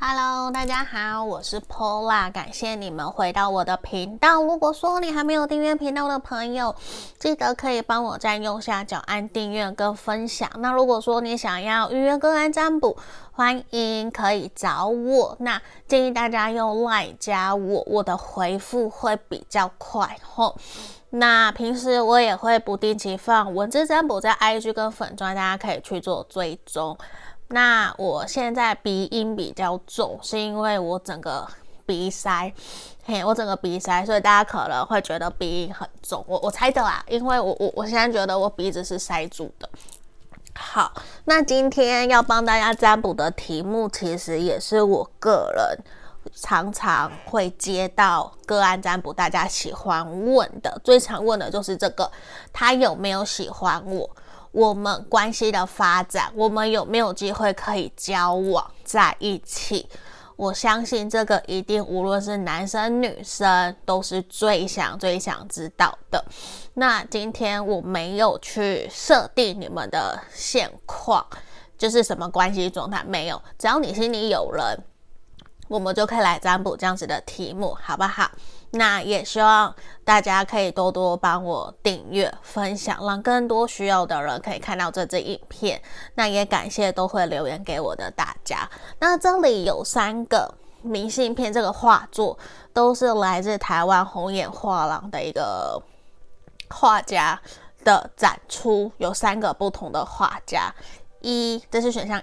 Hello， 大家好，我是 Paula， 感谢你们回到我的频道。如果说你还没有订阅频道的朋友，记得可以帮我在右下角按订阅跟分享。那如果说你想要预约个案占卜，欢迎可以找我。那建议大家用 LINE 加我，我的回复会比较快吼。那平时我也会不定期放文字占卜在 IG 跟粉专，大家可以去做追踪。那我现在鼻音比较重，是因为我整个鼻塞，所以大家可能会觉得鼻音很重。我猜的啦，因为我现在觉得我鼻子是塞住的。好，那今天要帮大家占卜的题目，其实也是我个人常常会接到个案占卜，大家喜欢问的，最常问的就是这个：他有没有喜欢我？我们关系的发展，我们有没有机会可以交往在一起？我相信这个一定无论是男生女生都是最想知道的。那今天我没有去设定你们的现况，就是什么关系状态没有，只要你心里有人，我们就可以来占卜这样子的题目，好不好？那也希望大家可以多多帮我订阅分享，让更多需要的人可以看到这支影片。那也感谢都会留言给我的大家。那这里有3个明信片，这个画作都是来自台湾红眼画廊的一个画家的展出，有3个不同的画家。这是选项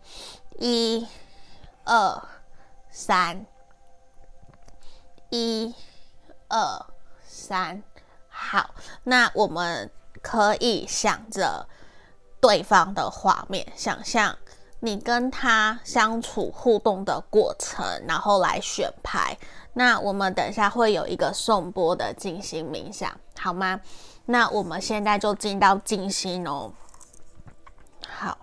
1，1、2、3，1、2、3，好，那我们可以想着对方的画面，想象你跟他相处互动的过程，然后来选牌。那我们等一下会有一个颂钵的静心冥想，好吗？那我们现在就进到静心哦。好。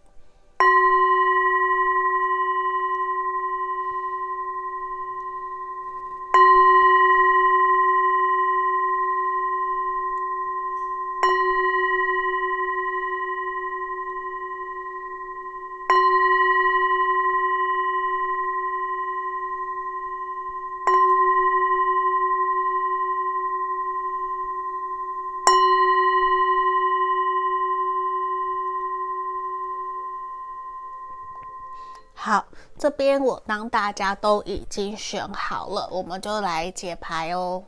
好，这边我当大家都已经选好了，我们就来解牌哦。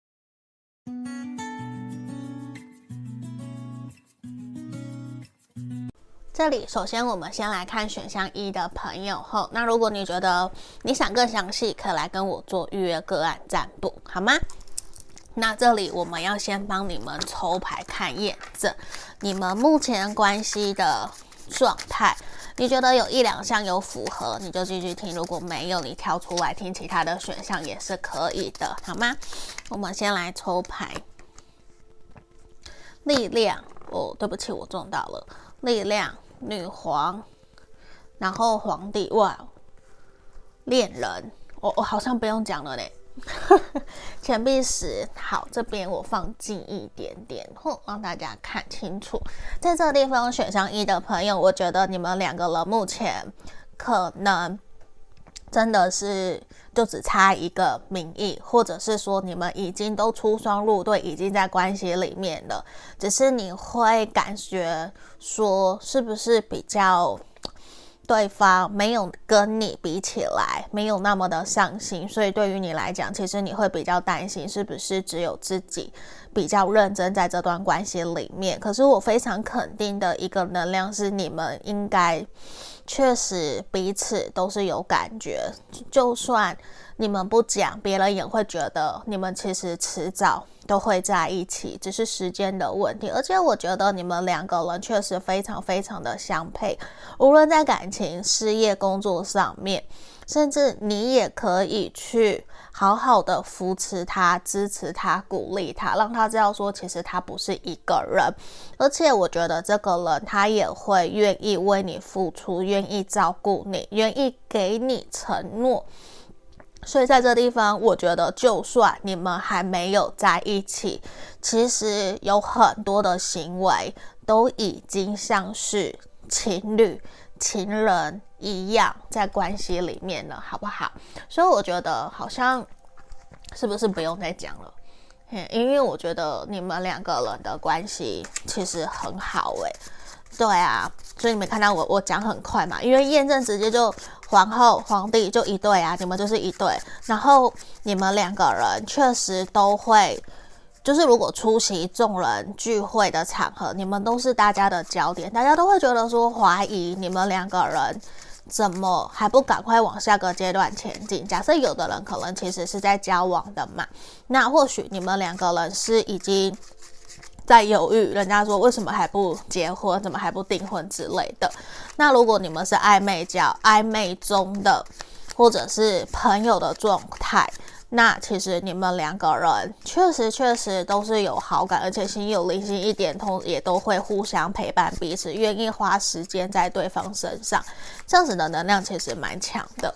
这里首先我们先来看选项1的朋友后，那如果你觉得你想更详细，可以来跟我做预约个案占卜，好吗？那这里我们要先帮你们抽牌看验证你们目前关系的状态，你觉得有1、2项有符合，你就继续听；如果没有，你挑出来听其他的选项也是可以的，好吗？我们先来抽牌。力量，对不起，我中到了。力量，女皇，然后皇帝，哇，恋人，我好像不用讲了嘞。钱币10，好，这边我放近一点点，让大家看清楚。在这个地方选项1的朋友，我觉得你们2个人目前可能真的是就只差一个名义，或者是说你们已经都出双入对，已经在关系里面了，只是你会感觉说是不是比较对方没有跟你比起来没有那么的上心，所以对于你来讲，其实你会比较担心是不是只有自己比较认真在这段关系里面。可是我非常肯定的一个能量是你们应该确实彼此都是有感觉，就算你们不讲，别人也会觉得你们其实迟早都会在一起，只是时间的问题。而且我觉得你们2个人确实非常非常的相配，无论在感情、事业、工作上面，甚至你也可以去好好的扶持他、支持他、鼓励他，让他知道说其实他不是一个人。而且我觉得这个人他也会愿意为你付出，愿意照顾你，愿意给你承诺。所以在这地方，我觉得就算你们还没有在一起，其实有很多的行为都已经像是情侣情人一样在关系里面了，好不好？所以我觉得好像是不是不用再讲了，因为我觉得你们两个人的关系其实很好对啊，所以你们看到我讲很快嘛，因为验证直接就皇后皇帝就一对啊，你们就是一对，然后你们两个人确实都会，就是如果出席众人聚会的场合，你们都是大家的焦点，大家都会觉得说怀疑你们两个人怎么还不赶快往下个阶段前进。假设有的人可能其实是在交往的嘛，那或许你们两个人是已经在犹豫，人家说为什么还不结婚，怎么还不订婚之类的。那如果你们是暧昧中的，或者是朋友的状态，那其实你们两个人确实都是有好感，而且心有灵犀一点通，也都会互相陪伴彼此，愿意花时间在对方身上，这样子的能量其实蛮强的。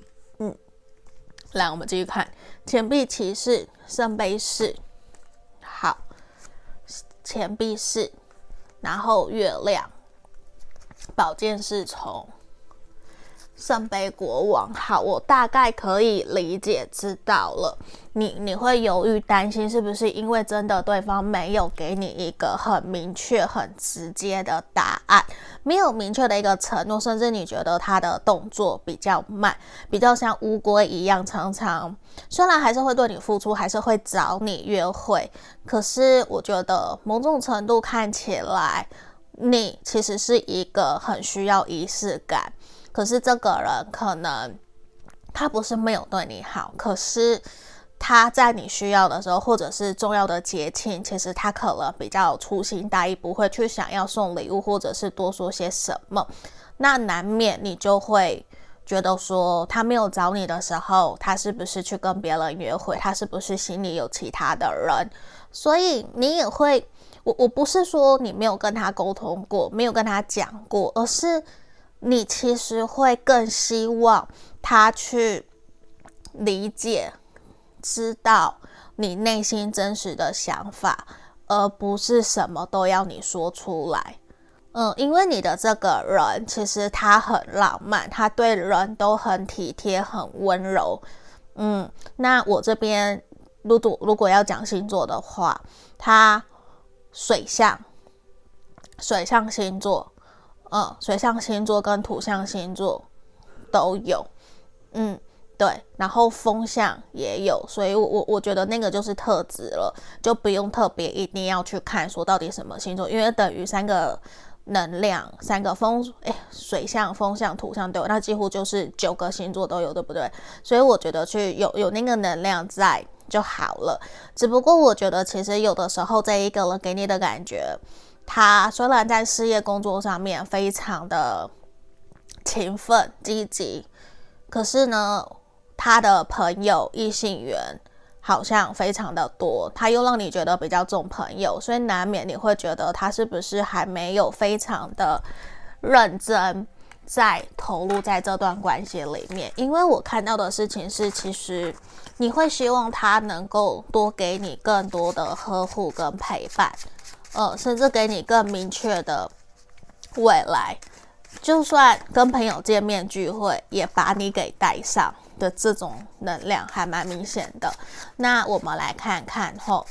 来，我们继续看钱币骑士、圣杯四，好，钱币四，然后月亮、宝剑侍从、圣杯国王。好，我大概可以理解知道了，你会犹豫担心是不是因为真的对方没有给你一个很明确很直接的答案，没有明确的一个承诺，甚至你觉得他的动作比较慢，比较像乌龟一样，常常虽然还是会对你付出，还是会找你约会，可是我觉得某种程度看起来你其实是一个很需要仪式感，可是这个人可能他不是没有对你好，可是他在你需要的时候，或者是重要的节庆，其实他可能比较粗心大意，不会去想要送礼物，或者是多说些什么。那难免你就会觉得说，他没有找你的时候，他是不是去跟别人约会？他是不是心里有其他的人？所以你也会，我不是说你没有跟他沟通过，没有跟他讲过，而是你其实会更希望他去理解知道你内心真实的想法，而不是什么都要你说出来。因为你的这个人其实他很浪漫，他对人都很体贴很温柔。那我这边如果要讲星座的话，他水象星座，水象星座跟土象星座都有。对，然后风象也有，所以我觉得那个就是特质了，就不用特别一定要去看说到底什么星座，因为等于三个能量，三个水象、风象、土象都有，那几乎就是9个星座都有，对不对？所以我觉得去有那个能量在就好了。只不过我觉得其实有的时候这一个人给你的感觉，他虽然在事业工作上面非常的勤奋积极，可是呢他的朋友异性缘好像非常的多，他又让你觉得比较重朋友，所以难免你会觉得他是不是还没有非常的认真在投入在这段关系里面。因为我看到的事情是，其实你会希望他能够多给你更多的呵护跟陪伴，甚至给你更明确的未来，就算跟朋友见面聚会也把你给带上的这种能量还蛮明显的。那我们来看看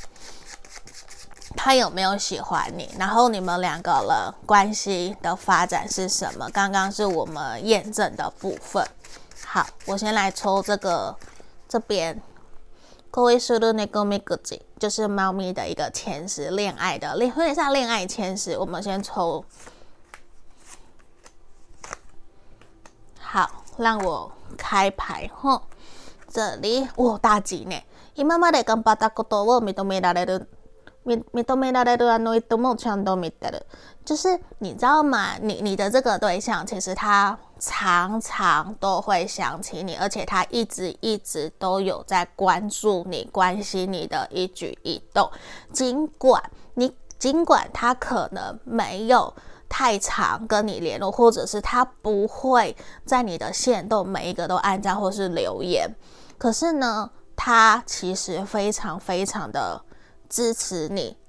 他有没有喜欢你，然后你们两个人关系的发展是什么，刚刚是我们验证的部分。好，我先来抽这边恋する猫みくじ，就是猫咪的一个前十，恋爱的有点像恋爱前十。我们先抽，好，让我开牌这里大吉呢。今まで頑張ったことを認められるいつもちゃんと見てる。就是你知道吗？你的这个对象其实他常常都会想起你，而且他一直都有在关注你、关心你的一举一动。尽管他可能没有太常跟你联络，或者是他不会在你的限动每一个都按赞或是留言，可是呢他其实非常非常的支持你，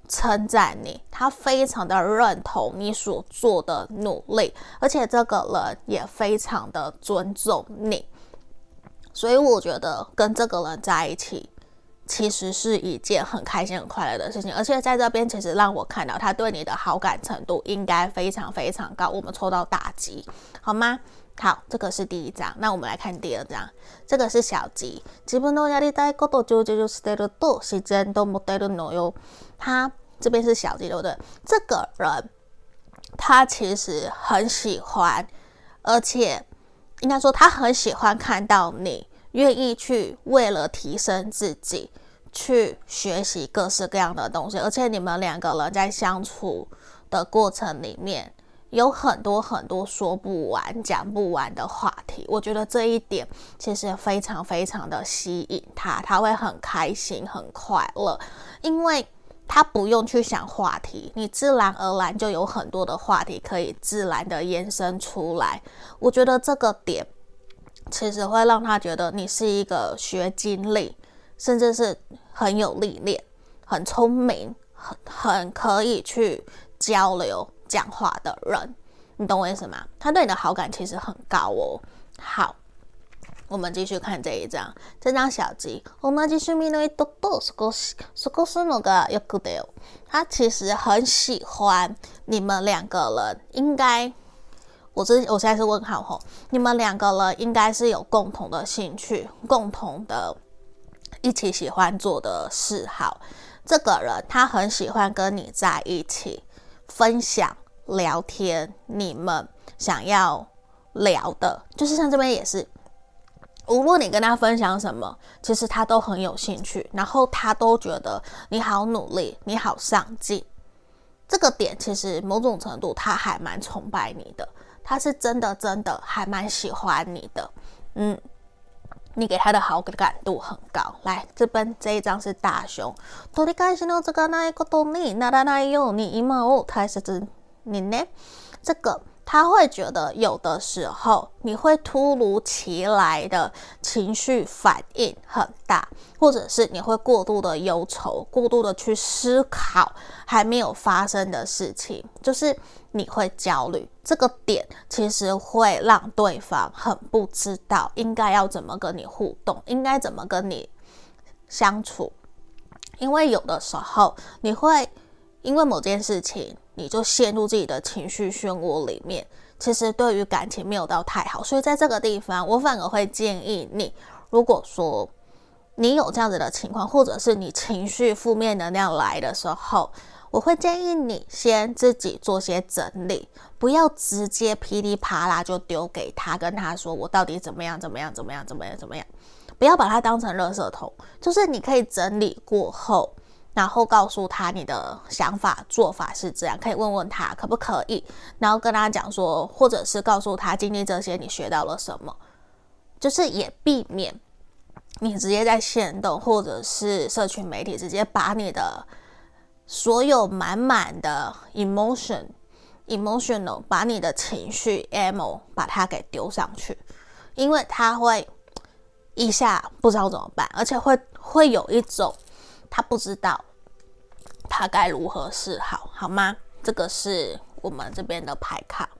称赞你，他非常的认同你所做的努力，而且这个人也非常的尊重你。所以我觉得跟这个人在一起其实是一件很开心很快乐的事情，而且在这边其实让我看到他对你的好感程度应该非常非常高。我们抽到大吉，好吗？好，这个是第一张。那我们来看第二张，这个是小吉。自分のやりたいことを上手にしてると自然と持てるのよ。他这边是小吉，对不对？这个人他其实很喜欢，而且应该说他很喜欢看到你愿意去为了提升自己去学习各式各样的东西，而且你们两个人在相处的过程里面有很多很多说不完讲不完的话题。我觉得这一点其实非常非常的吸引他，他会很开心很快乐，因为他不用去想话题，你自然而然就有很多的话题可以自然的延伸出来。我觉得这个点其实会让他觉得你是一个学经历，甚至是很有历练、很聪明、很可以去交流讲话的人。你懂我意思吗？他对你的好感其实很高哦。好，我们继续看这一张，这张小吉。同じ趣味の人と過ごすのがよくだよ。他其实很喜欢你们两个人，应该我现在是问号吼，你们两个人应该是有共同的兴趣，共同的一起喜欢做的嗜好。这个人他很喜欢跟你在一起分享聊天，你们想要聊的，就是像这边也是，无论你跟他分享什么，其实他都很有兴趣，然后他都觉得你好努力，你好上进。这个点其实某种程度他还蛮崇拜你的，他是真的还蛮喜欢你的。你给他的好感度很高。来，这一张是大熊。取り返しのつかないことにならないように今を大切にね。这个他会觉得有的时候你会突如其来的情绪反应很大，或者是你会过度的忧愁，过度的去思考还没有发生的事情，就是你会焦虑。这个点其实会让对方很不知道应该要怎么跟你互动，应该怎么跟你相处。因为有的时候你会因为某件事情你就陷入自己的情绪漩涡里面，其实对于感情没有到太好。所以在这个地方我反而会建议你，如果说你有这样子的情况，或者是你情绪负面能量来的时候，我会建议你先自己做些整理，不要直接噼里啪啦就丢给他，跟他说我到底怎么样，不要把它当成垃圾桶。就是你可以整理过后，然后告诉他你的想法做法是这样，可以问问他可不可以，然后跟他讲说，或者是告诉他经历这些你学到了什么，就是也避免你直接在限动或者是社群媒体直接把你的所有满满的 emotional 把你的情绪 ammo 把它给丢上去，因为他会一下不知道怎么办，而且会有一种他不知道他该如何是好，好吗？这个是我们这边的牌卡。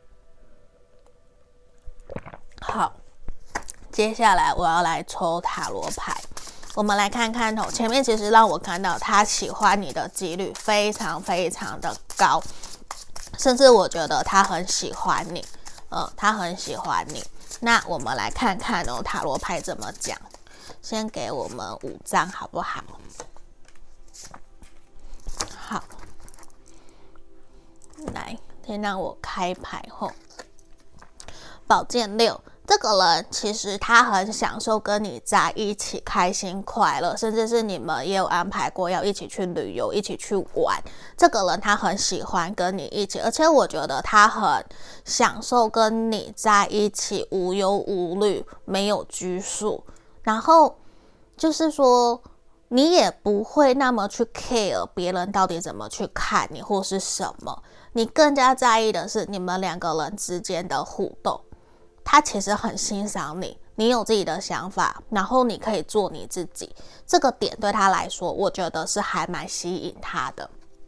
好，接下来我要来抽塔罗牌，我们来看看前面其实让我看到他喜欢你的几率非常非常的高，甚至我觉得他很喜欢你，他很喜欢你。那我们来看看塔罗牌怎么讲，先给我们5张好不好？好，来，先让我开牌后。宝剑6，这个人其实他很享受跟你在一起开心快乐，甚至是你们也有安排过要一起去旅游一起去玩。这个人他很喜欢跟你一起，而且我觉得他很享受跟你在一起无忧无虑，没有拘束，然后就是说你也不会那么去 care 别人到底怎么去看你或是什么，你更加在意的是你们两个人之间的互动。他其实很欣赏你，你有自己的想法，然后你可以做你自己，这个点对他来说我觉得是还蛮吸引他的。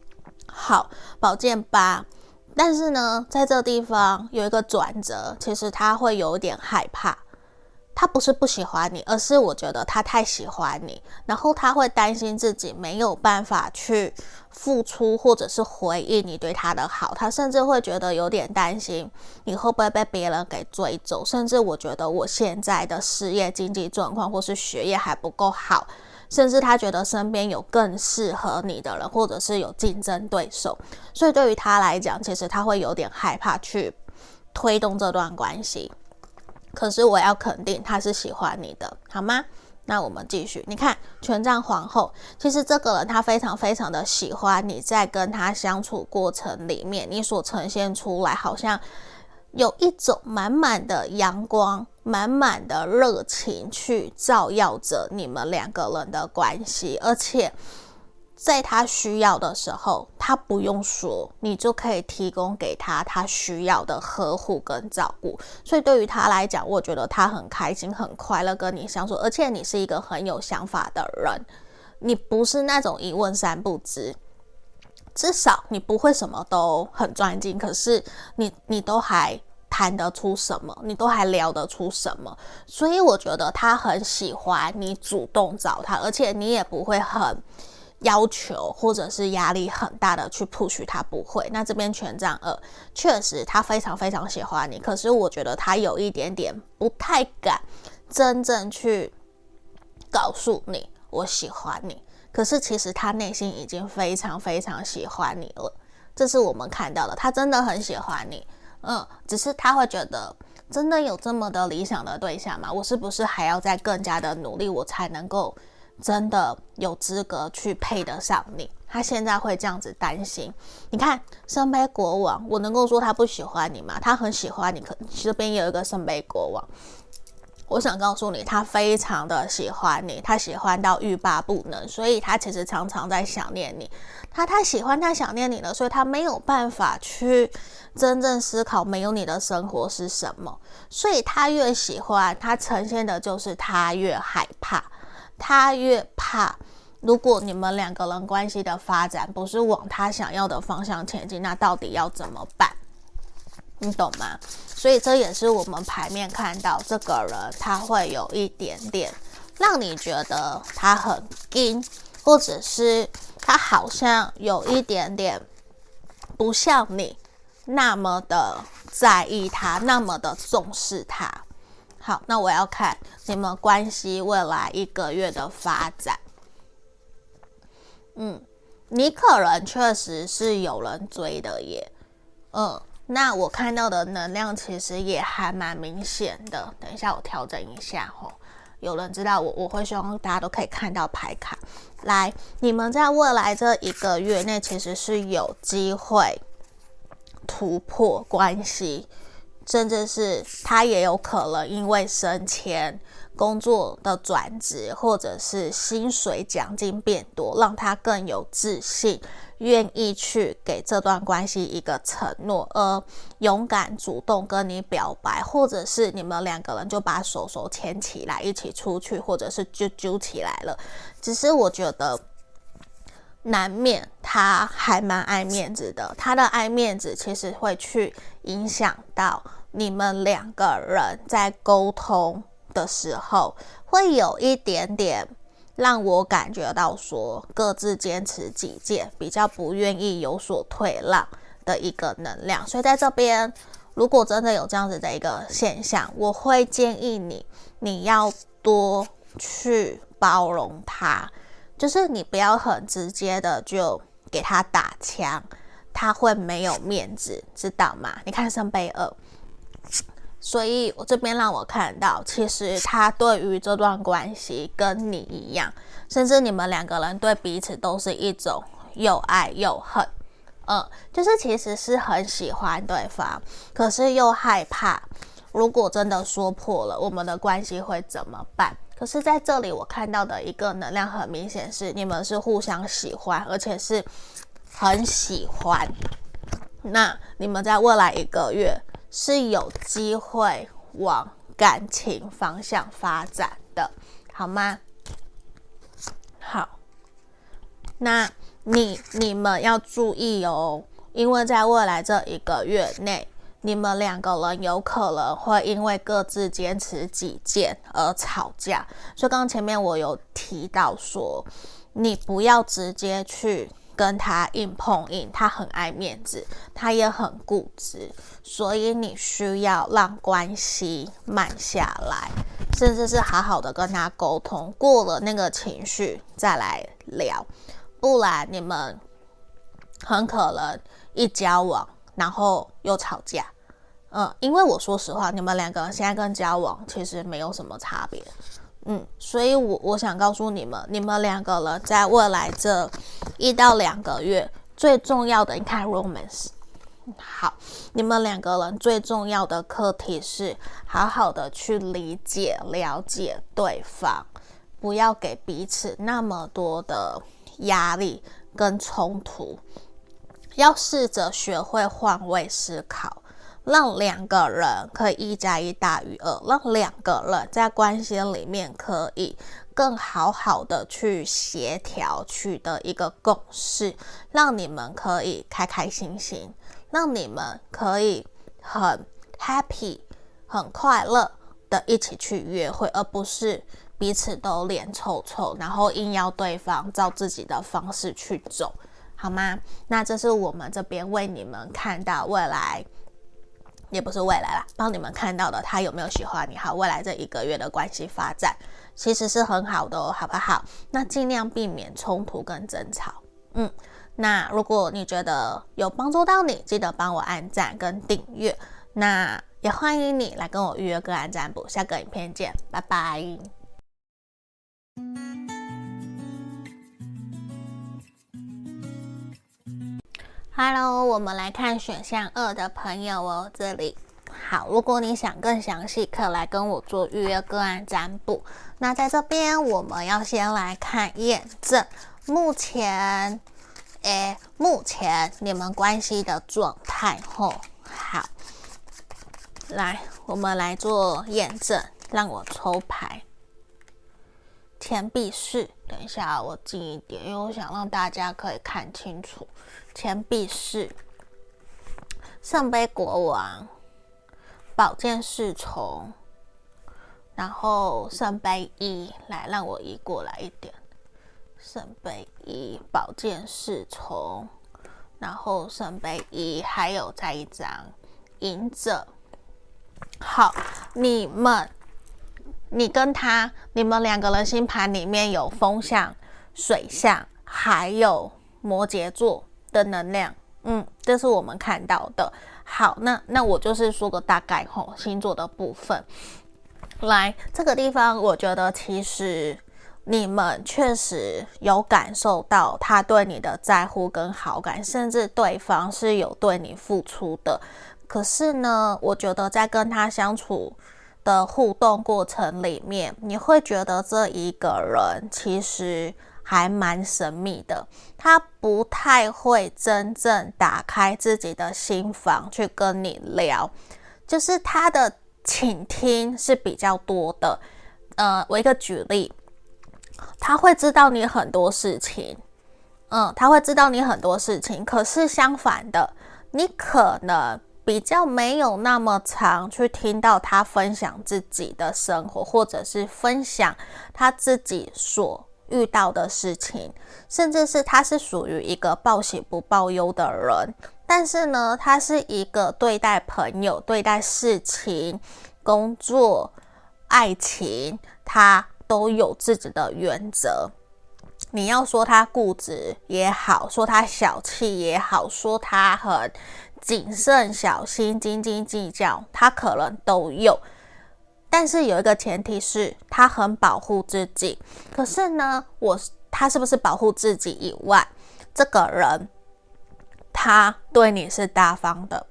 好，宝剑8，但是呢，在这地方有一个转折，其实他会有点害怕。他不是不喜欢你，而是我觉得他太喜欢你，然后他会担心自己没有办法去付出或者是回应你对他的好，他甚至会觉得有点担心你会不会被别人给追走，甚至我觉得我现在的事业经济状况或是学业还不够好，甚至他觉得身边有更适合你的人，或者是有竞争对手，所以对于他来讲，其实他会有点害怕去推动这段关系。可是我要肯定他是喜欢你的，好吗？那我们继续，你看权杖皇后，其实这个人他非常非常的喜欢你，在跟他相处过程里面，你所呈现出来好像有一种满满的阳光，满满的热情去照耀着你们两个人的关系，而且在他需要的时候，他不用说，你就可以提供给他他需要的呵护跟照顾。所以对于他来讲，我觉得他很开心很快乐跟你相处，而且你是一个很有想法的人，你不是那种一问三不知，至少你不会什么都很专精，可是你都还谈得出什么，你都还聊得出什么，所以我觉得他很喜欢你主动找他，而且你也不会很要求或者是压力很大的去 push 他，不会。那这边权杖2，确实他非常非常喜欢你，可是我觉得他有一点点不太敢真正去告诉你我喜欢你，可是其实他内心已经非常非常喜欢你了，这是我们看到的，他真的很喜欢你。只是他会觉得真的有这么的理想的对象吗？我是不是还要再更加的努力，我才能够真的有资格去配得上你？他现在会这样子担心。你看圣杯国王，我能够说他不喜欢你吗？他很喜欢你，可这边有一个圣杯国王，我想告诉你，他非常的喜欢你，他喜欢到欲罢不能，所以他其实常常在想念你，他太喜欢他想念你了，所以他没有办法去真正思考没有你的生活是什么，所以他越喜欢，他呈现的就是他越害怕，他越怕如果你们两个人关系的发展不是往他想要的方向前进，那到底要怎么办？你懂吗？所以这也是我们牌面看到这个人他会有一点点让你觉得他很硬，或者是他好像有一点点不像你那么的在意他，那么的重视他。好，那我要看你们关系未来1个月的发展。你可能确实是有人追的耶。那我看到的能量其实也还蛮明显的，等一下我调整一下吼。有人知道我会希望大家都可以看到牌卡。来，你们在未来这1个月内其实是有机会突破关系，甚至是他也有可能因为升迁、工作的转职或者是薪水奖金变多，让他更有自信，愿意去给这段关系一个承诺，而勇敢主动跟你表白，或者是你们两个人就把手牵起来一起出去，或者是就揪起来了。只是我觉得难免他还蛮爱面子的，他的爱面子其实会去影响到你们两个人在沟通的时候，会有一点点让我感觉到说各自坚持己见，比较不愿意有所退让的一个能量。所以在这边如果真的有这样子的一个现象，我会建议你要多去包容他，就是你不要很直接的就给他打枪，他会没有面子，知道吗？你看圣杯2，所以我这边让我看到，其实他对于这段关系跟你一样，甚至你们两个人对彼此都是一种又爱又恨，就是其实是很喜欢对方，可是又害怕如果真的说破了，我们的关系会怎么办？可是在这里我看到的一个能量很明显是你们是互相喜欢，而且是很喜欢，那你们在未来1个月是有机会往感情方向发展的，好吗？好，那你们要注意哦，因为在未来这1个月内，你们2个人有可能会因为各自坚持己见而吵架。所以刚刚前面我有提到说，你不要直接去跟他硬碰硬，他很爱面子，他也很固执，所以你需要让关系慢下来，甚至是好好的跟他沟通，过了那个情绪再来聊，不然你们很可能一交往然后又吵架。因为我说实话，你们2个人现在跟交往其实没有什么差别。所以我想告诉你们，你们2个人在未来这1到2个月最重要的，你看 romance， 好，你们2个人最重要的课题是好好的去理解、了解对方，不要给彼此那么多的压力跟冲突，要试着学会换位思考，让2个人可以1+1大于2，让2个人在关系里面可以更好好的去协调，取得一个共识，让你们可以开开心心，让你们可以很 happy 很快乐的一起去约会，而不是彼此都脸臭臭，然后硬要对方照自己的方式去走，好吗？那这是我们这边为你们看到未来，也不是未来啦，帮你们看到的他有没有喜欢你，好，未来这1个月的关系发展其实是很好的哦，好不好？那尽量避免冲突跟争吵。那如果你觉得有帮助到你，记得帮我按赞跟订阅，那也欢迎你来跟我预约个案占卜，下个影片见，拜拜。Hello， 我们来看选项2的朋友哦，这里好，如果你想更详细，可以来跟我做预约个案占卜。那在这边我们要先来看验证目前你们关系的状态吼。好，来我们来做验证，让我抽牌。钱币4，等一下我近一点，因为我想让大家可以看清楚。钱币4，圣杯国王，宝剑侍从，然后圣杯1，来让我移过来一点。圣杯1，宝剑侍从，然后圣杯1，还有再一张隐者。好，你跟他，你们2个人星盘里面有风象、水象，还有摩羯座的能量，这是我们看到的。好，那我就是说个大概吼，星座的部分。来，这个地方我觉得其实你们确实有感受到他对你的在乎跟好感，甚至对方是有对你付出的。可是呢，我觉得在跟他相处的互动过程里面，你会觉得这一个人其实还蛮神秘的，他不太会真正打开自己的心房去跟你聊，就是他的倾听是比较多的。我一个举例，他会知道你很多事情，可是相反的，你可能比较没有那么常去听到他分享自己的生活，或者是分享他自己所遇到的事情，甚至是他是属于一个报喜不报忧的人，但是呢，他是一个对待朋友、对待事情、工作、爱情，他都有自己的原则。你要说他固执也好，说他小气也好，说他很谨慎小心斤斤计较，他可能都有，但是有一个前提是他很保护自己。可是呢，他是不是保护自己以外，这个人他对你是大方的，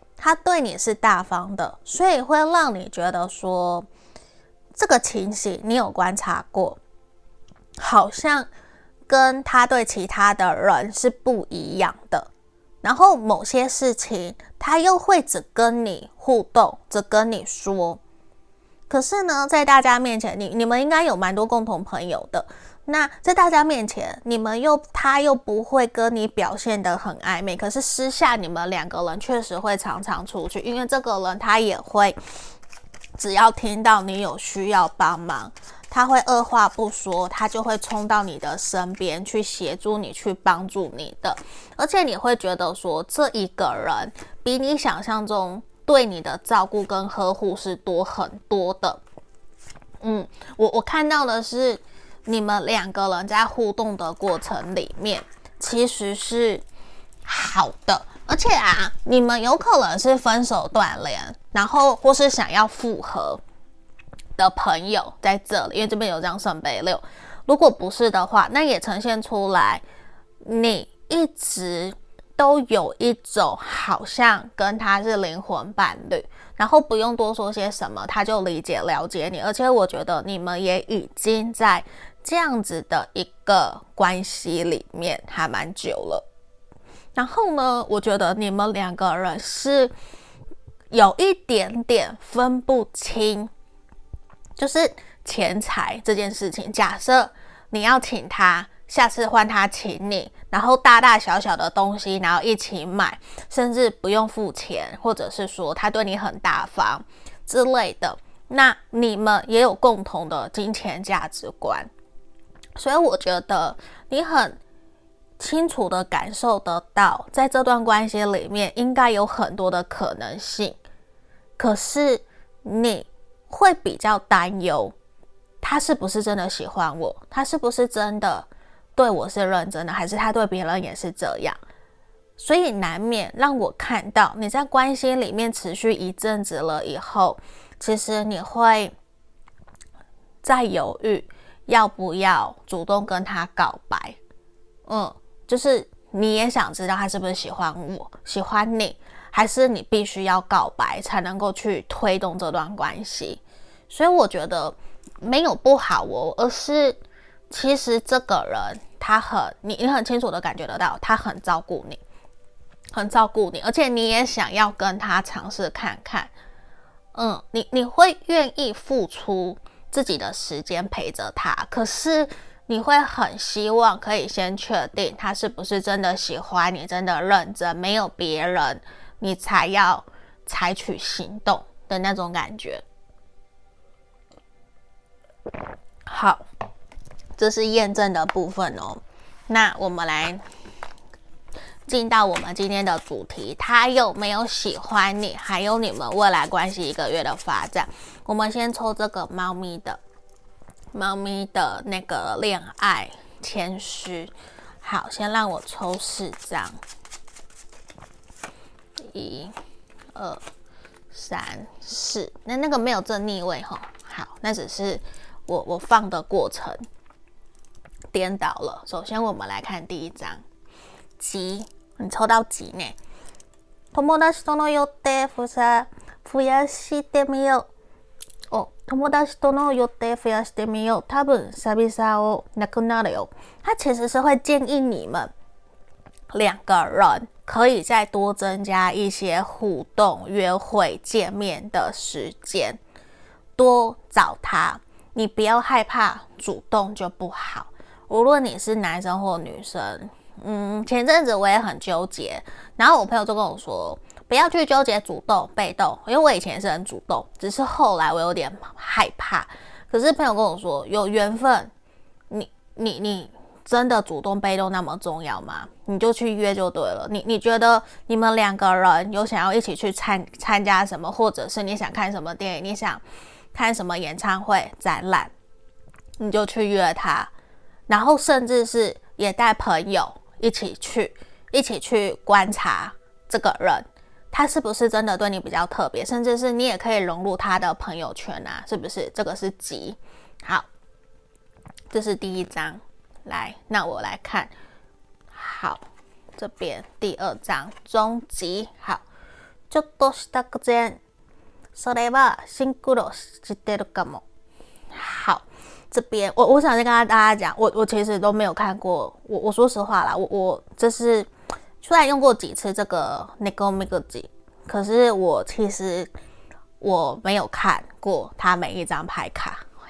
所以会让你觉得说这个情形你有观察过，好像跟他对其他的人是不一样的。然后某些事情他又会只跟你互动，只跟你说。可是呢，在大家面前，你们应该有蛮多共同朋友的。 那在大家面前，他又不会跟你表现得很暧昧，可是私下你们两个人确实会常常出去，因为这个人他也会，只要听到你有需要帮忙，他会二话不说，他就会冲到你的身边去协助你，去帮助你的。而且你会觉得说，这一个人比你想象中对你的照顾跟呵护是多很多的。我看到的是你们两个人在互动的过程里面其实是好的，而且你们有可能是分手断联，然后或是想要复合的朋友在这里，因为这边有张圣杯六。如果不是的话，那也呈现出来你一直都有一种好像跟他是灵魂伴侣，然后不用多说些什么，他就理解了解你。而且我觉得你们也已经在这样子的一个关系里面还蛮久了。然后呢，我觉得你们两个人是有一点点分不清，就是钱财这件事情。假设你要请他，下次换他请你，然后大大小小的东西然后一起买，甚至不用付钱，或者是说他对你很大方之类的，那你们也有共同的金钱价值观。所以我觉得你很清楚的感受得到，在这段关系里面应该有很多的可能性，可是你会比较担忧他是不是真的喜欢我，他是不是真的对我是认真的，还是他对别人也是这样。所以难免让我看到你在关系里面持续一阵子了以后，其实你会在犹豫要不要主动跟他告白。就是你也想知道他是不是喜欢我，喜欢你，还是你必须要告白才能够去推动这段关系。所以我觉得没有不好而是其实这个人你很清楚的感觉得到，他很照顾你，很照顾你，而且你也想要跟他尝试看看。你会愿意付出自己的时间陪着他，可是你会很希望可以先确定他是不是真的喜欢你，真的认真，没有别人，你才要采取行动的那种感觉。好，这是验证的部分哦。那我们来进到我们今天的主题，他有没有喜欢你，还有你们未来关系1个月的发展。我们先抽这个猫咪的那个恋爱签诗。好，先让我抽4张，1、2、3、4。那个没有正逆位齁。好，那只是我放的过程颠倒了。首先我们来看第1张吉，你抽到吉呢。友達との予定増やしてみよう。友達との予定増やしてみよう。多分久々をなくなるよ。他其实是会建议你们2个人可以再多增加一些互动、约会、见面的时间，多找他。你不要害怕主动就不好，无论你是男生或女生。前阵子我也很纠结，然后我朋友就跟我说，不要去纠结主动被动，因为我以前是很主动，只是后来我有点害怕。可是朋友跟我说，有缘分，你真的主动被动那么重要吗？你就去约就对了。你觉得你们2个人有想要一起去参加什么，或者是你想看什么电影，你想看什么演唱会、展览，你就去约他，然后甚至是也带朋友一起去观察这个人，他是不是真的对你比较特别，甚至是你也可以融入他的朋友圈啊，是不是？这个是吉。好，这是第1张。来，那我来看。好，这边第2张中吉。好，ちょっとした偶然、それはシンクロしてるかも。好，这边我想先跟大家讲，我其实都没有看过。我说实话啦，我这是虽然用过几次这个 Nekomikoji， 可是其实我没有看过他每一张牌卡。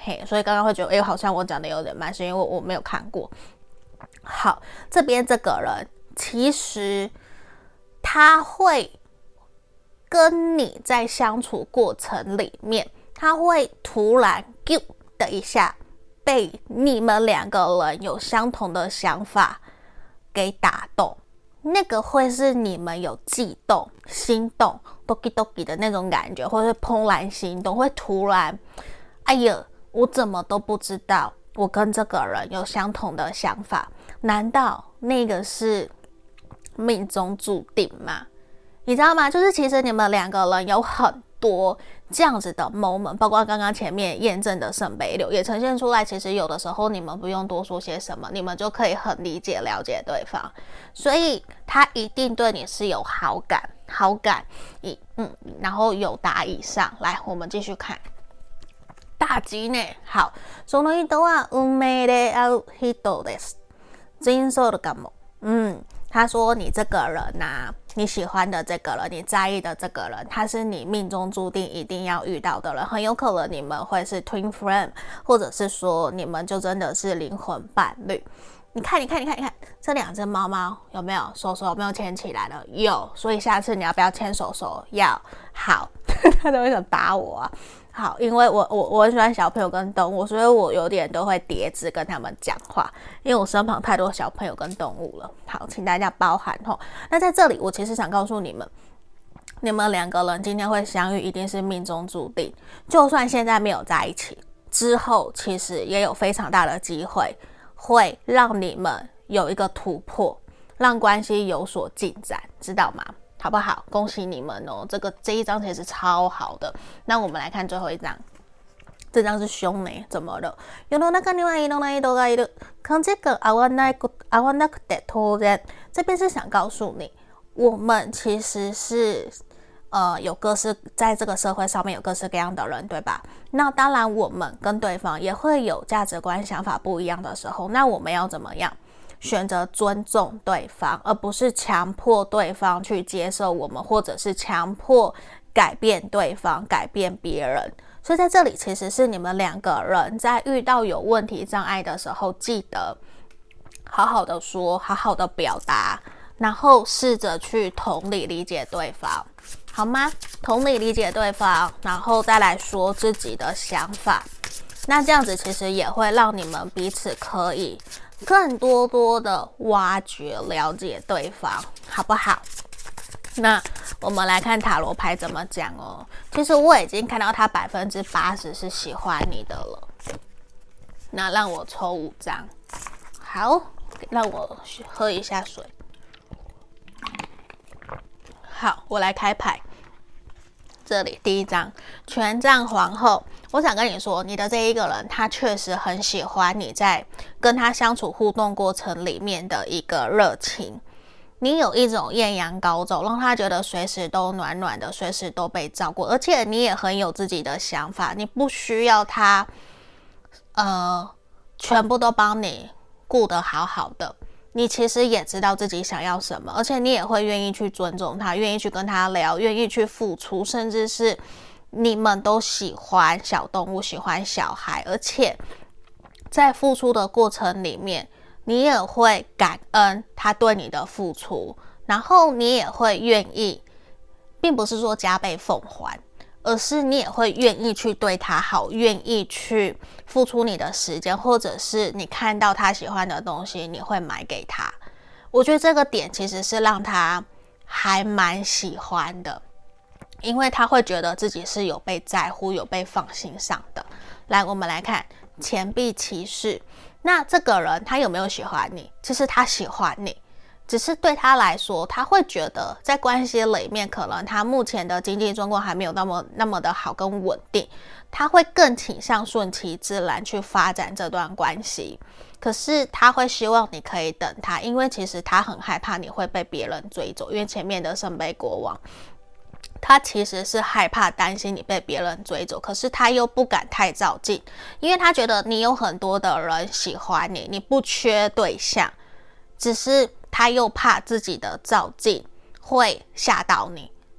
嘿，所以刚刚会觉得好像我讲的有点慢，是因为我没有看过。好，这边这个人其实他会跟你在相处过程里面，他会突然啾的一下被你们两个人有相同的想法给打动，那个会是你们有悸动、心动、doki doki 的那种感觉，或是怦然心动，会突然，哎呀，我怎么都不知道我跟这个人有相同的想法，难道那个是命中注定吗？你知道吗？就是其实你们两个人有很多这样子的 moment， 包括刚刚前面验证的圣杯六也呈现出来，其实有的时候你们不用多说些什么，你们就可以很理解了解对方，所以他一定对你是有好感然后有达以上。来，我们继续看大吉呢。好，その人は運命で会う人です。人生的感冒。他说你这个人啊，你喜欢的这个人，你在意的这个人，他是你命中注定一定要遇到的人，很有可能你们会是 twin flame， 或者是说你们就真的是灵魂伴侣。你看，这两只猫猫有没有手有没有牵起来了？有，所以下次你要不要牵手？要。好，他都会想打我啊。好，因为我很喜欢小朋友跟动物，所以我有点都会叠字跟他们讲话，因为我身旁太多小朋友跟动物了。好，请大家包涵吼。那在这里，我其实想告诉你们，你们两个人今天会相遇，一定是命中注定。就算现在没有在一起，之后其实也有非常大的机会，会让你们有一个突破，让关系有所进展，知道吗？好不好？恭喜你们哦！这一张其实超好的。那我们来看最后一张，这张是凶呢？怎么了？世の中にはいろんな人がいる。感じが合わなくて当然。这边是想告诉你，我们其实是有在这个社会上面有各式各样的人，对吧？那当然，我们跟对方也会有价值观、想法不一样的时候，那我们要怎么样？选择尊重对方，而不是强迫对方去接受我们，或者是强迫改变对方、改变别人。所以在这里其实是你们两个人在遇到有问题障碍的时候，记得好好的说，好好的表达，然后试着去同理理解对方，好吗？同理理解对方，然后再来说自己的想法。那这样子其实也会让你们彼此可以更多的挖掘了解对方，好不好？那我们来看塔罗牌怎么讲哦。其实我已经看到他80%是喜欢你的了。那让我抽5张，好，让我喝一下水。好，我来开牌。这里第一张权杖皇后，我想跟你说，你的这一个人他确实很喜欢你在跟他相处互动过程里面的一个热情，你有一种艳阳高照，让他觉得随时都暖暖的，随时都被照顾，而且你也很有自己的想法，你不需要他全部都帮你顾得好好的，你其实也知道自己想要什么，而且你也会愿意去尊重他，愿意去跟他聊，愿意去付出，甚至是你们都喜欢小动物，喜欢小孩，而且在付出的过程里面，你也会感恩他对你的付出，然后你也会愿意，并不是说加倍奉还，而是你也会愿意去对他好，愿意去付出你的时间，或者是你看到他喜欢的东西，你会买给他。我觉得这个点其实是让他还蛮喜欢的，因为他会觉得自己是有被在乎、有被放心上的。来，我们来看钱币骑士。那这个人他有没有喜欢你？其实他喜欢你，只是对他来说，他会觉得在关系里面，可能他目前的经济状况还没有那么的好跟稳定，他会更倾向顺其自然去发展这段关系。可是他会希望你可以等他，因为其实他很害怕你会被别人追走，因为前面的圣杯国王，他其实是害怕担心你被别人追走，可是他又不敢太照进，因为他觉得你有很多的人喜欢你，你不缺对象，只是他又怕自己的照进会吓到你，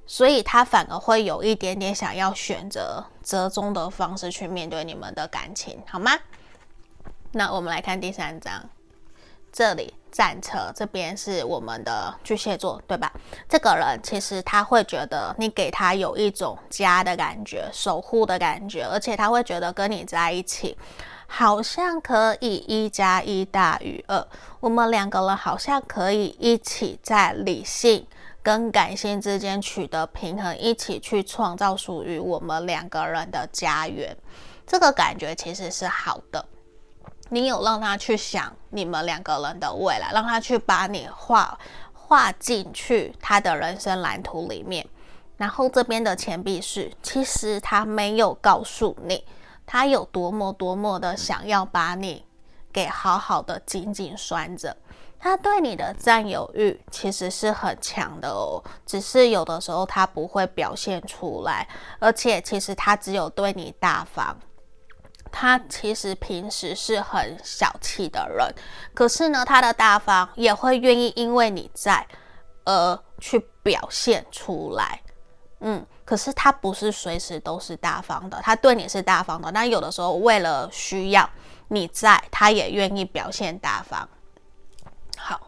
所以他反而会有一点点想要选择折中的方式去面对你们的感情，好吗？那我们来看第3章，这里战车这边是我们的巨蟹座，对吧？这个人其实他会觉得你给他有一种家的感觉，守护的感觉，而且他会觉得跟你在一起好像可以1+1大于2，我们2个人好像可以一起在理性跟感性之间取得平衡，一起去创造属于我们2个人的家园。这个感觉其实是好的，你有让他去想你们2个人的未来，让他去把你画进去他的人生蓝图里面。然后这边的钱币是，其实他没有告诉你他有多么的想要把你给好好的紧紧拴着，他对你的占有欲其实是很强的哦，只是有的时候他不会表现出来，而且其实他只有对你大方，他其实平时是很小气的人，可是呢他的大方也会愿意因为你在而去表现出来。可是他不是随时都是大方的，他对你是大方的，但有的时候为了需要你在，他也愿意表现大方。好，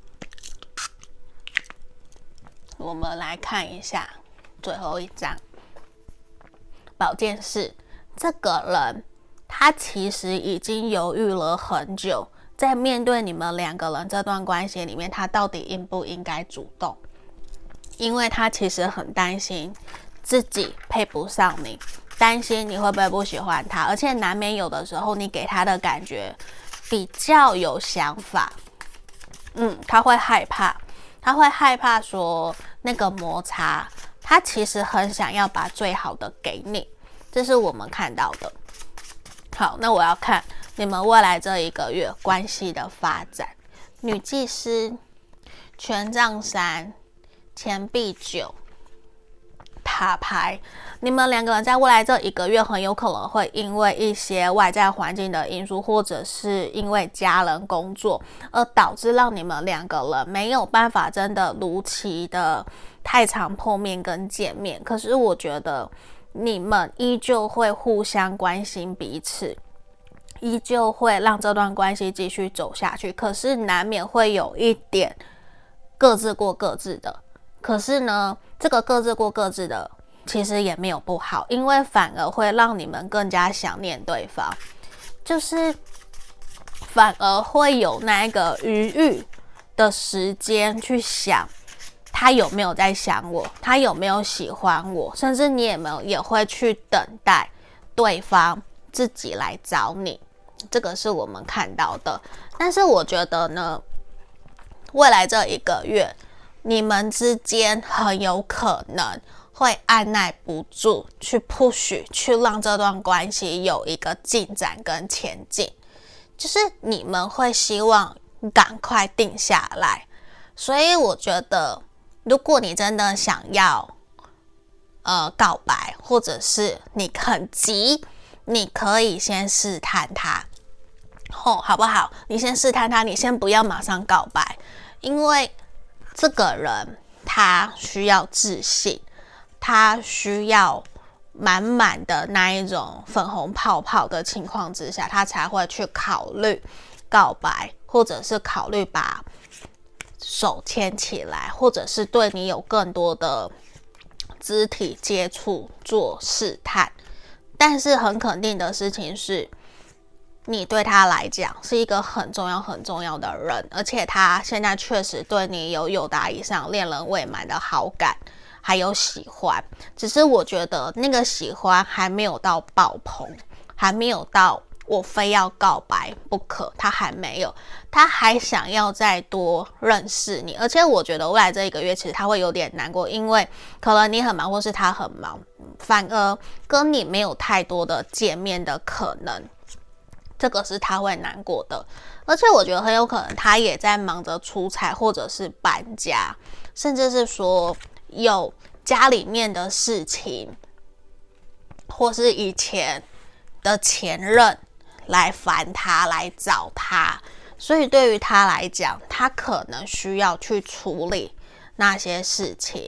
我们来看一下最后一张宝剑四。这个人他其实已经犹豫了很久，在面对你们2个人这段关系里面，他到底应不应该主动，因为他其实很担心自己配不上你，担心你会不会不喜欢他，而且难免有的时候你给他的感觉比较有想法。他会害怕说那个摩擦，他其实很想要把最好的给你，这是我们看到的。好，那我要看你们未来这1个月关系的发展。女祭司、权杖3、钱币9、塔牌，你们2个人在未来这1个月很有可能会因为一些外在环境的因素，或者是因为家人工作，而导致让你们2个人没有办法真的如期的太常碰面跟见面。可是我觉得你们依旧会互相关心彼此，依旧会让这段关系继续走下去，可是难免会有一点各自过各自的。可是呢，这个各自过各自的其实也没有不好，因为反而会让你们更加想念对方，就是反而会有那个余裕的时间去想他有没有在想我，他有没有喜欢我，甚至你也会去等待对方自己来找你，这个是我们看到的。但是我觉得呢，未来这1个月你们之间很有可能会按耐不住去 push， 去让这段关系有一个进展跟前进，就是你们会希望赶快定下来。所以我觉得如果你真的想要告白，或者是你很急，你可以先试探他，好不好？你先试探他，你先不要马上告白，因为这个人他需要自信，他需要满满的那一种粉红泡泡的情况之下，他才会去考虑告白，或者是考虑把手牵起来，或者是对你有更多的肢体接触做试探。但是很肯定的事情是，你对他来讲是一个很重要的人，而且他现在确实对你有友达以上恋人未满的好感还有喜欢，只是我觉得那个喜欢还没有到爆棚，还没有到我非要告白不可，他还没有，他还想要再多认识你。而且我觉得未来这1个月其实他会有点难过，因为可能你很忙，或是他很忙，反而跟你没有太多的见面的可能，这个是他会难过的。而且我觉得很有可能他也在忙着出差，或者是搬家，甚至是说有家里面的事情，或是以前的前任来烦他，来找他，所以对于他来讲，他可能需要去处理那些事情，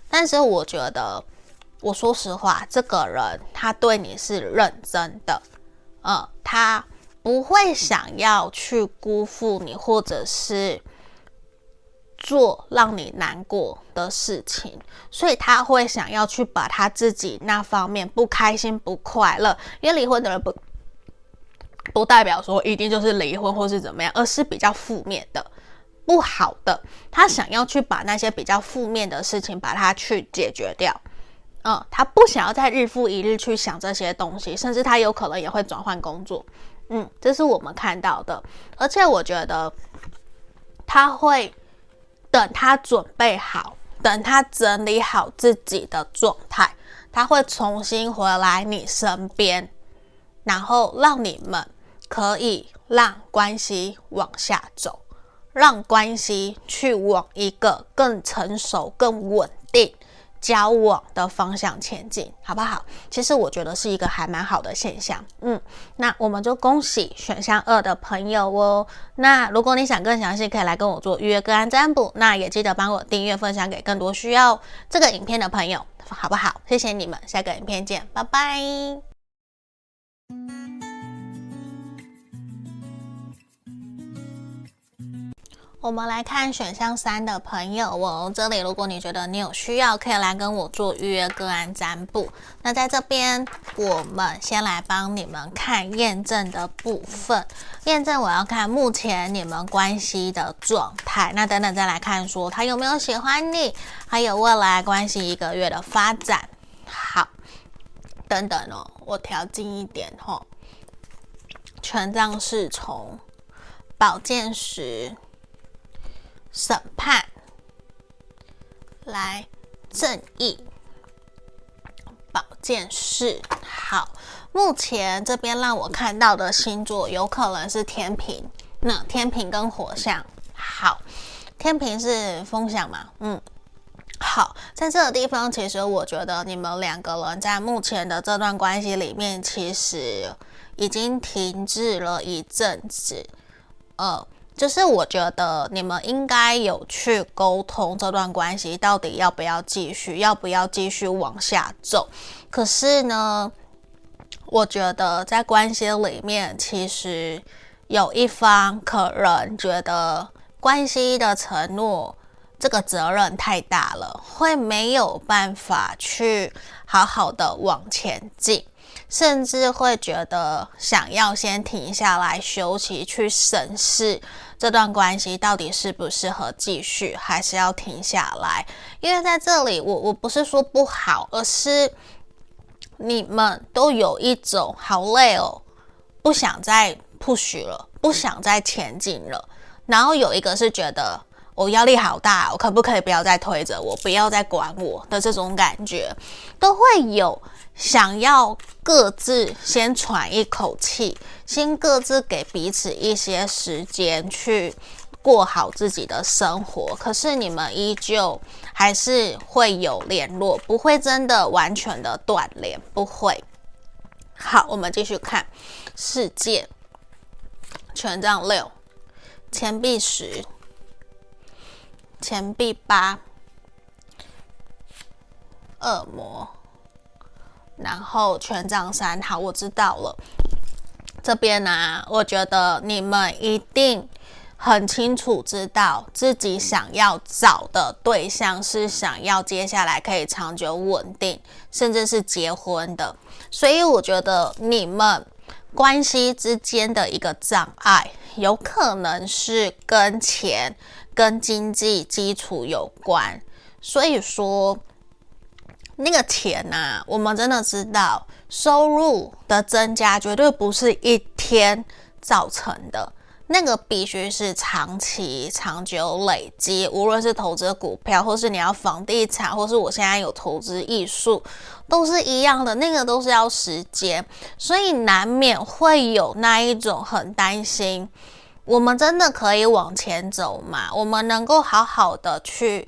但是我觉得，我说实话，这个人他对你是认真的，他不会想要去辜负你，或者是做让你难过的事情，所以他会想要去把他自己那方面不开心、不快乐，因为离婚的人不代表说一定就是离婚或是怎么样，而是比较负面的、不好的，他想要去把那些比较负面的事情把它去解决掉。他不想要再日复一日去想这些东西，甚至他有可能也会转换工作。这是我们看到的，而且我觉得他会等他准备好，等他整理好自己的状态，他会重新回来你身边，然后让你们可以让关系往下走，让关系去往一个更成熟、更稳定交往的方向前进，好不好？其实我觉得是一个还蛮好的现象。那我们就恭喜选项2的朋友哦。那如果你想更详细，可以来跟我做预约个案占卜，那也记得帮我订阅分享给更多需要这个影片的朋友，好不好？谢谢你们，下个影片见，拜拜。我们来看选项3的朋友哦，这里如果你觉得你有需要，可以来跟我做预约个案占卜。那在这边，我们先来帮你们看验证的部分。验证我要看目前你们关系的状态，那等等再来看说他有没有喜欢你，还有未来关系1个月的发展。好，等等哦，我调近一点哦。权杖侍从、宝剑10、审判，来正义，宝剑4。好，目前这边让我看到的星座有可能是天秤，那天秤跟火象。好，天秤是风象嘛？好，在这个地方，其实我觉得你们2个人在目前的这段关系里面，其实已经停滞了一阵子。就是我觉得你们应该有去沟通这段关系到底要不要继续，要不要继续往下走。可是呢，我觉得在关系里面，其实有一方可能觉得关系的承诺这个责任太大了，会没有办法去好好的往前进，甚至会觉得想要先停下来休息，去审视这段关系到底适不适合继续，还是要停下来。因为在这里我不是说不好，而是你们都有一种好累哦，不想再 push 了，不想再前进了，然后有一个是觉得我压力好大，我可不可以不要再推着我，不要再管我的这种感觉，都会有想要各自先喘一口气，先各自给彼此一些时间去过好自己的生活，可是你们依旧还是会有联络，不会真的完全的断联，不会。好，我们继续看世界，权杖6，钱币10，钱币8，恶魔，然后权杖3。好，我知道了。这边呢，我觉得你们一定很清楚知道自己想要找的对象是想要接下来可以长久稳定，甚至是结婚的。所以我觉得你们关系之间的一个障碍，有可能是跟钱、跟经济基础有关。所以说那个钱啊，我们真的知道收入的增加绝对不是一天造成的，那个必须是长期长久累积，无论是投资股票，或是你要房地产，或是我现在有投资艺术，都是一样的，那个都是要时间，所以难免会有那一种很担心，我们真的可以往前走吗？我们能够好好的去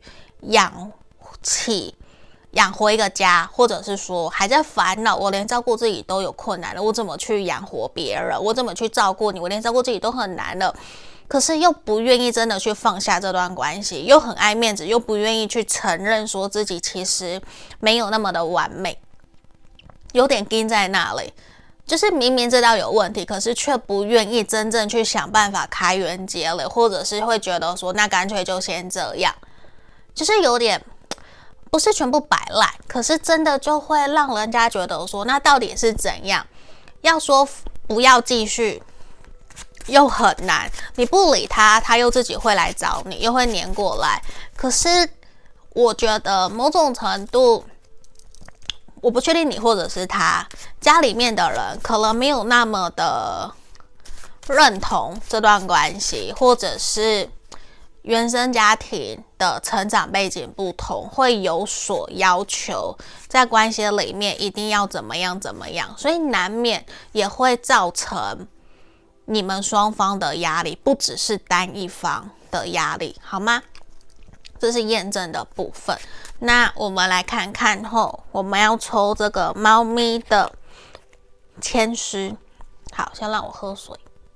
养活一个家，或者是说还在烦恼，我连照顾自己都有困难了，我怎么去养活别人？我怎么去照顾你？我连照顾自己都很难了。 可是又不愿意真的去放下这段关系，又很爱面子，又不愿意去承认说自己其实没有那么的完美，有点盯在那里，就是明明知道有问题，可是却不愿意真正去想办法开源节流，或者是会觉得说那干脆就先这样，就是有点不是全部摆烂，可是真的就会让人家觉得说那到底是怎样，要说不要继续又很难，你不理他，他又自己会来找你，又会黏过来。可是我觉得某种程度，我不确定你或者是他家里面的人可能没有那么的认同这段关系，或者是原生家庭的成长背景不同，会有所要求，在关系里面一定要怎么样怎么样，所以难免也会造成你们双方的压力，不只是单一方的压力，好吗？这是验证的部分。那我们来看看后，我们要抽这个猫咪的签诗。好，先让我喝水。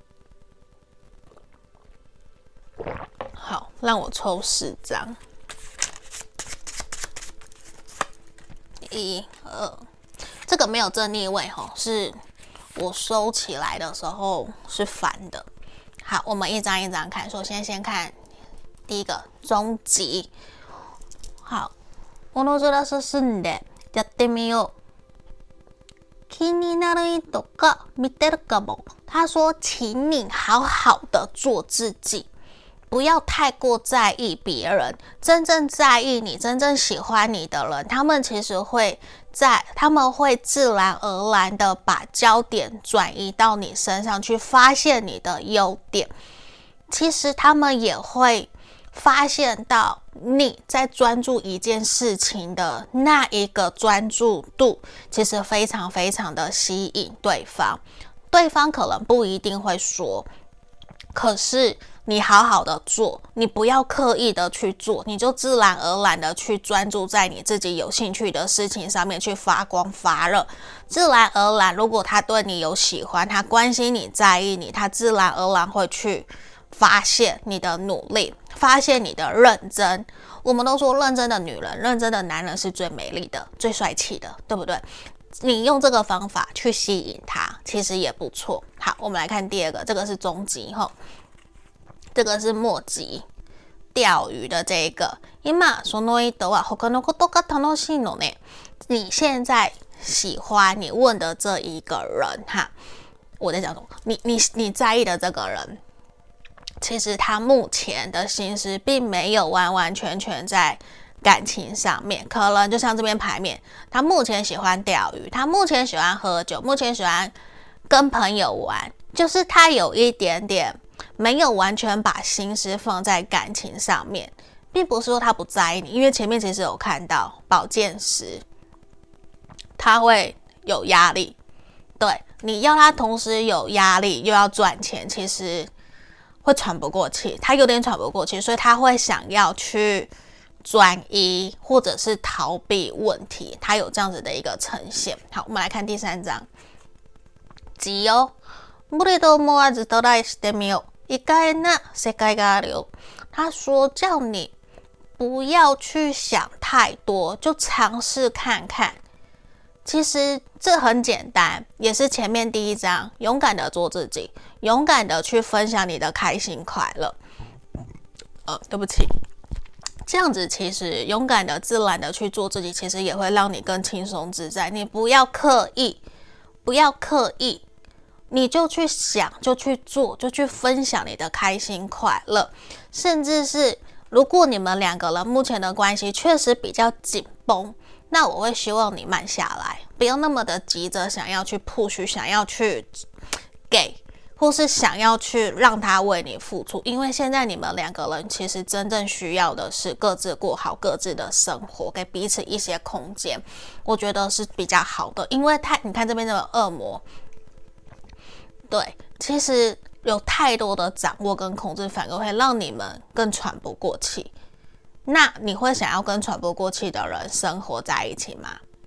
好，让我抽4张。1、2，这个没有正逆位吼，是我收起来的时候是反的。好，我们一张一张看。首先看第一个终极。好，このずら進んでやってみよう。気になる人が見てるかも。他说，请你好好的做自己。不要太过在意别人，真正在意你、真正喜欢你的人，他们其实会自然而然的把焦点转移到你身上去，发现你的优点。其实他们也会发现到你在专注一件事情的那一个专注度，其实非常非常的吸引对方。对方可能不一定会说，可是你好好的做，你不要刻意的去做，你就自然而然的去专注在你自己有兴趣的事情上面去发光发热。自然而然，如果他对你有喜欢，他关心你在意你，他自然而然会去发现你的努力，发现你的认真。我们都说认真的女人、认真的男人是最美丽的、最帅气的，对不对？你用这个方法去吸引他，其实也不错。好，我们来看第二个，这个是终极吼。这个是末极钓鱼的这个，今その人は他のことが楽しいのね。你现在喜欢你问的这一个人哈，我在讲什么？你在意的这个人，其实他目前的心思并没有完完全全在感情上面，可能就像这边牌面，他目前喜欢钓鱼，他目前喜欢喝酒，目前喜欢跟朋友玩，就是他有一点点没有完全把心思放在感情上面，并不是说他不在意你，因为前面其实有看到宝剑十，他会有压力，对，你要他同时有压力又要赚钱，其实会喘不过气，他有点喘不过气，所以他会想要去转移或者是逃避问题，他有这样子的一个呈现。好，我们来看第3章，急哦。無理と思わずトライしてみよう。意外な世界があるよ。他说叫你不要去想太多，就尝试看看。其实这很简单，也是前面第1章，勇敢的做自己，勇敢的去分享你的开心快乐。对不起，这样子其实勇敢的、自然的去做自己，其实也会让你更轻松自在。你不要刻意，不要刻意。你就去想，就去做，就去分享你的开心快乐，甚至是如果你们2个人目前的关系确实比较紧绷，那我会希望你慢下来，不要那么的急着想要去 push， 想要去给，或是想要去让他为你付出，因为现在你们2个人其实真正需要的是各自过好各自的生活，给彼此一些空间，我觉得是比较好的。因为你看这边的恶魔，对，其实有太多的掌握跟控制，反而会让你们更喘不过气。那你会想要跟喘不过气的人生活在一起吗？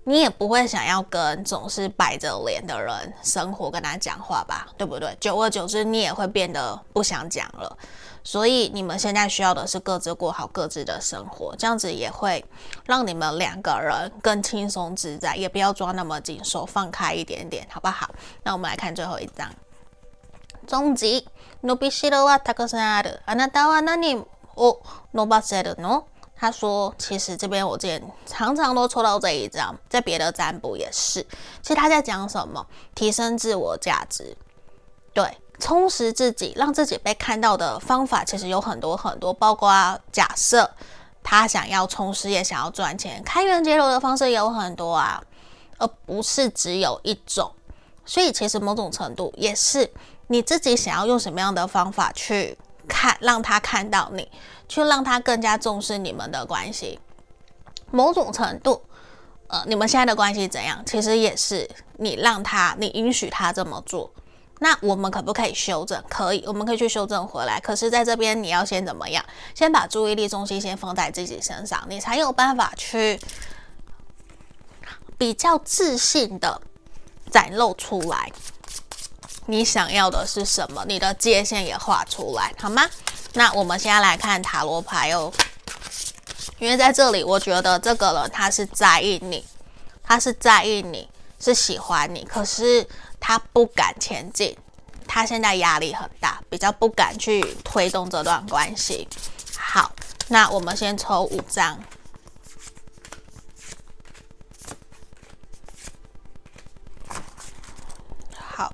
你也不会想要跟总是摆着脸的人生活，跟他讲话吧，对不对？久而久之，你也会变得不想讲了。所以你们现在需要的是各自过好各自的生活，这样子也会让你们两个人更轻松自在，也不要抓那么紧，手放开一点点，好不好？那我们来看最后一张。中集伸びしろはたくさんある。あなたは何を伸ばせるの？他说，其实这边我之前常常都抽到这一张，在别的占卜也是。其实他在讲什么？提升自我价值，对，充实自己，让自己被看到的方法其实有很多很多，包括假设他想要冲事业、想要赚钱，开源节流的方式也有很多啊，而不是只有一种。所以其实某种程度也是你自己想要用什么样的方法去看，让他看到你，去让他更加重视你们的关系。某种程度，你们现在的关系怎样，其实也是你允许他这么做。那我们可不可以修正？可以，我们可以去修正回来。可是在这边你要先怎么样？先把注意力中心先放在自己身上，你才有办法去比较自信的展露出来你想要的是什么，你的界限也画出来，好吗？那我们现在来看塔罗牌哦，因为在这里我觉得这个人他是在意你，是喜欢你，可是他不敢前进，他现在压力很大，比较不敢去推动这段关系。好，那我们先抽5张。好，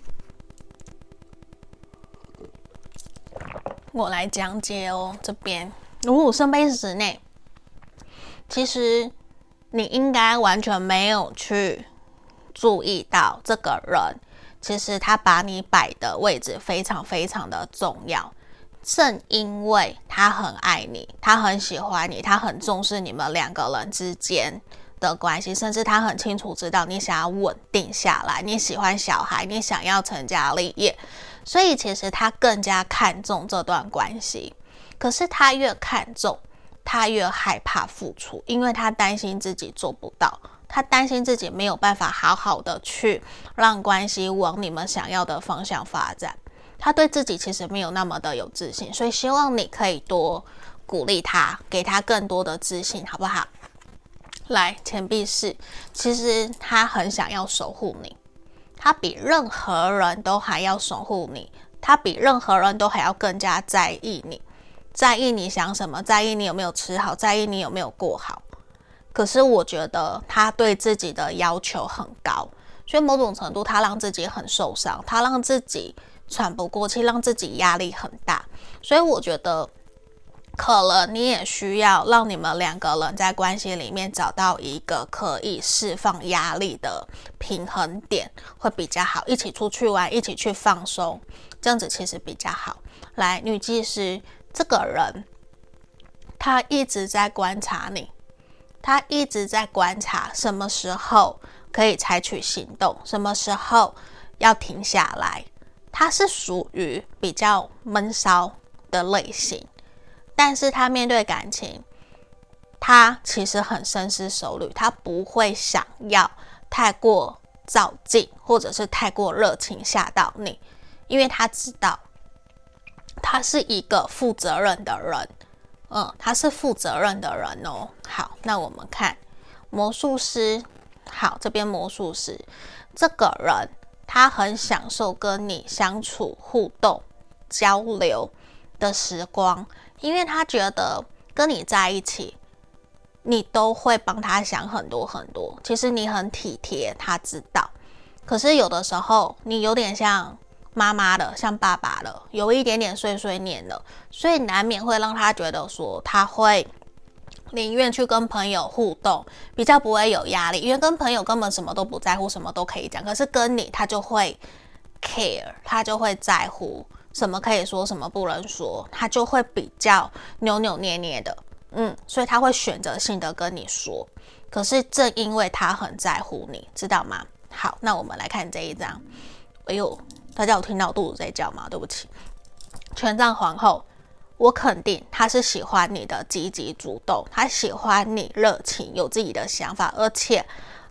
我来讲解哦。这边圣杯10内，其实你应该完全没有去注意到这个人，其实他把你摆的位置非常非常的重要。正因为他很爱你，他很喜欢你，他很重视你们两个人之间的关系，甚至他很清楚知道你想要稳定下来，你喜欢小孩，你想要成家立业，所以其实他更加看重这段关系。可是他越看重，他越害怕付出，因为他担心自己做不到，他担心自己没有办法好好的去让关系往你们想要的方向发展。他对自己其实没有那么的有自信，所以希望你可以多鼓励他，给他更多的自信，好不好？来，钱币4，其实他很想要守护你，他比任何人都还要守护你，他比任何人都还要更加在意你，在意你想什么，在意你有没有吃好，在意你有没有过好。可是我觉得他对自己的要求很高，所以某种程度他让自己很受伤，他让自己喘不过气，让自己压力很大。所以我觉得可能你也需要让你们两个人在关系里面找到一个可以释放压力的平衡点，会比较好。一起出去玩，一起去放松，这样子其实比较好。来，女技师，这个人他一直在观察你，他一直在观察什么时候可以采取行动，什么时候要停下来。他是属于比较闷骚的类型，但是他面对感情，他其实很深思熟虑，他不会想要太过躁进，或者是太过热情吓到你，因为他知道他是一个负责任的人，他是负责任的人哦。好，那我们看魔术师，好，这边魔术师这个人，他很享受跟你相处、互动、交流的时光，因为他觉得跟你在一起，你都会帮他想很多很多。其实你很体贴，他知道。可是有的时候，你有点像妈妈的，像爸爸的，有一点点碎碎念的，所以难免会让他觉得说，他会宁愿去跟朋友互动，比较不会有压力，因为跟朋友根本什么都不在乎，什么都可以讲。可是跟你，他就会 care， 他就会在乎什么可以说，什么不能说，他就会比较扭扭捏捏的，所以他会选择性的跟你说。可是正因为他很在乎你，知道吗？好，那我们来看这一张。哎呦，大家有听到肚子在叫吗？对不起。权杖皇后，我肯定他是喜欢你的积极主动，他喜欢你热情，有自己的想法，而且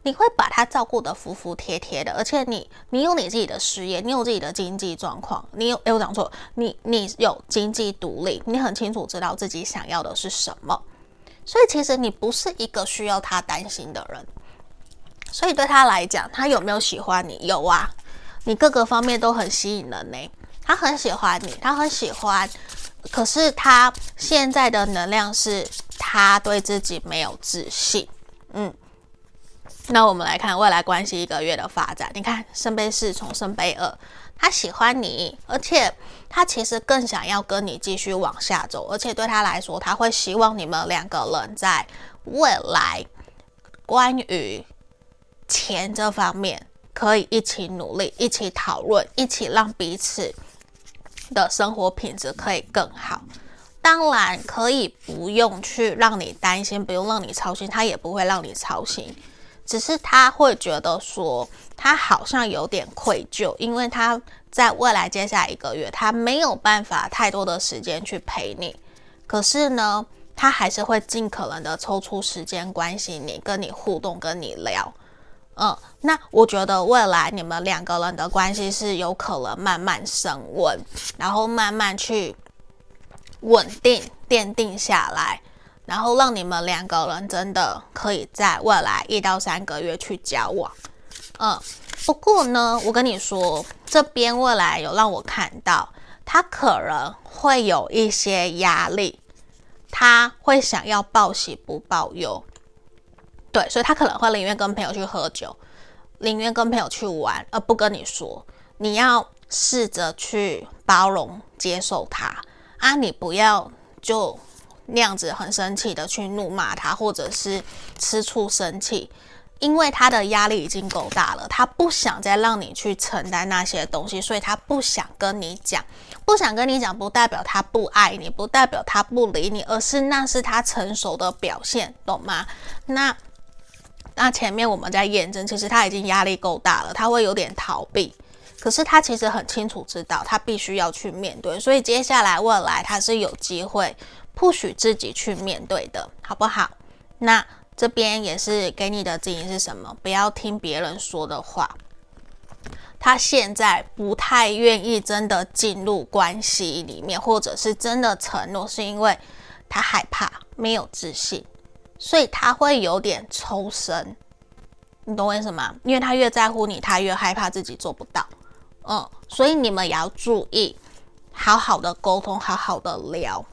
你会把他照顾得服服帖帖的，而且你有你自己的事业，你有自己的经济状况，我讲错，你有经济独立，你很清楚知道自己想要的是什么，所以其实你不是一个需要他担心的人。所以对他来讲，他有没有喜欢你？有啊，你各个方面都很吸引人呢，他很喜欢你，他很喜欢，可是他现在的能量是他对自己没有自信。那我们来看未来关系1个月的发展。你看圣杯4从圣杯2，他喜欢你，而且他其实更想要跟你继续往下走，而且对他来说，他会希望你们2个人在未来关于钱这方面可以一起努力，一起讨论，一起让彼此的生活品质可以更好。当然可以不用去让你担心，不用让你操心，他也不会让你操心，只是他会觉得说他好像有点愧疚，因为他在未来接下来1个月他没有办法太多的时间去陪你，可是呢他还是会尽可能的抽出时间关心你，跟你互动，跟你聊。那我觉得未来你们2个人的关系是有可能慢慢升温，然后慢慢去稳定奠定下来，然后让你们2个人真的可以在未来1到3个月去交往。不过呢，我跟你说，这边未来有让我看到，他可能会有一些压力，他会想要报喜不报忧。对，所以他可能会宁愿跟朋友去喝酒，宁愿跟朋友去玩，而不跟你说。你要试着去包容接受他啊，你不要就那样子很生气的去怒骂他，或者是吃醋生气，因为他的压力已经够大了，他不想再让你去承担那些东西，所以他不想跟你讲。不想跟你讲不代表他不爱你，不代表他不理你，而是那是他成熟的表现，懂吗？那前面我们在验证，其实他已经压力够大了，他会有点逃避，可是他其实很清楚知道他必须要去面对，所以接下来未来他是有机会push自己去面对的，好不好？那这边也是给你的指引是什么？不要听别人说的话。他现在不太愿意真的进入关系里面，或者是真的承诺，是因为他害怕，没有自信，所以他会有点抽身。你懂我意思吗？因为他越在乎你，他越害怕自己做不到。所以你们也要注意，好好的沟通，好好的聊。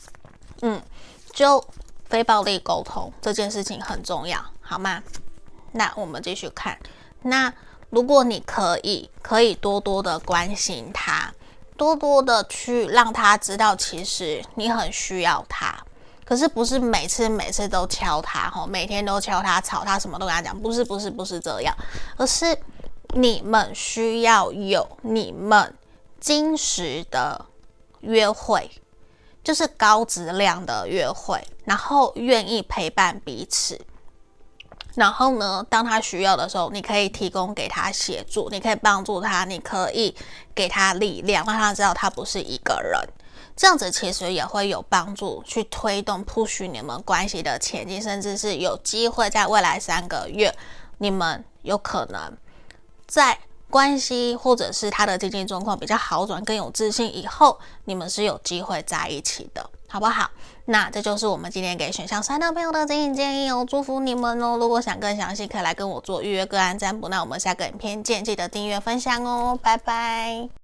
就非暴力沟通这件事情很重要，好吗？那我们继续看。那如果你可以多多的关心他，多多的去让他知道其实你很需要他，可是不是每次都敲他，每天都敲他，吵他，什么都跟他讲，不是这样，而是你们需要有你们精实的约会，就是高质量的约会，然后愿意陪伴彼此。然后呢，当他需要的时候，你可以提供给他协助，你可以帮助他，你可以给他力量，让他知道他不是一个人。这样子其实也会有帮助去推动push你们关系的前进，甚至是有机会在未来3个月，你们有可能在关系或者是他的经济状况比较好转，更有自信以后，你们是有机会在一起的，好不好？那这就是我们今天给选项3的朋友的指引建议哦，祝福你们哦！如果想更详细，可以来跟我做预约个案占卜。那我们下个影片见，记得订阅分享哦，拜拜。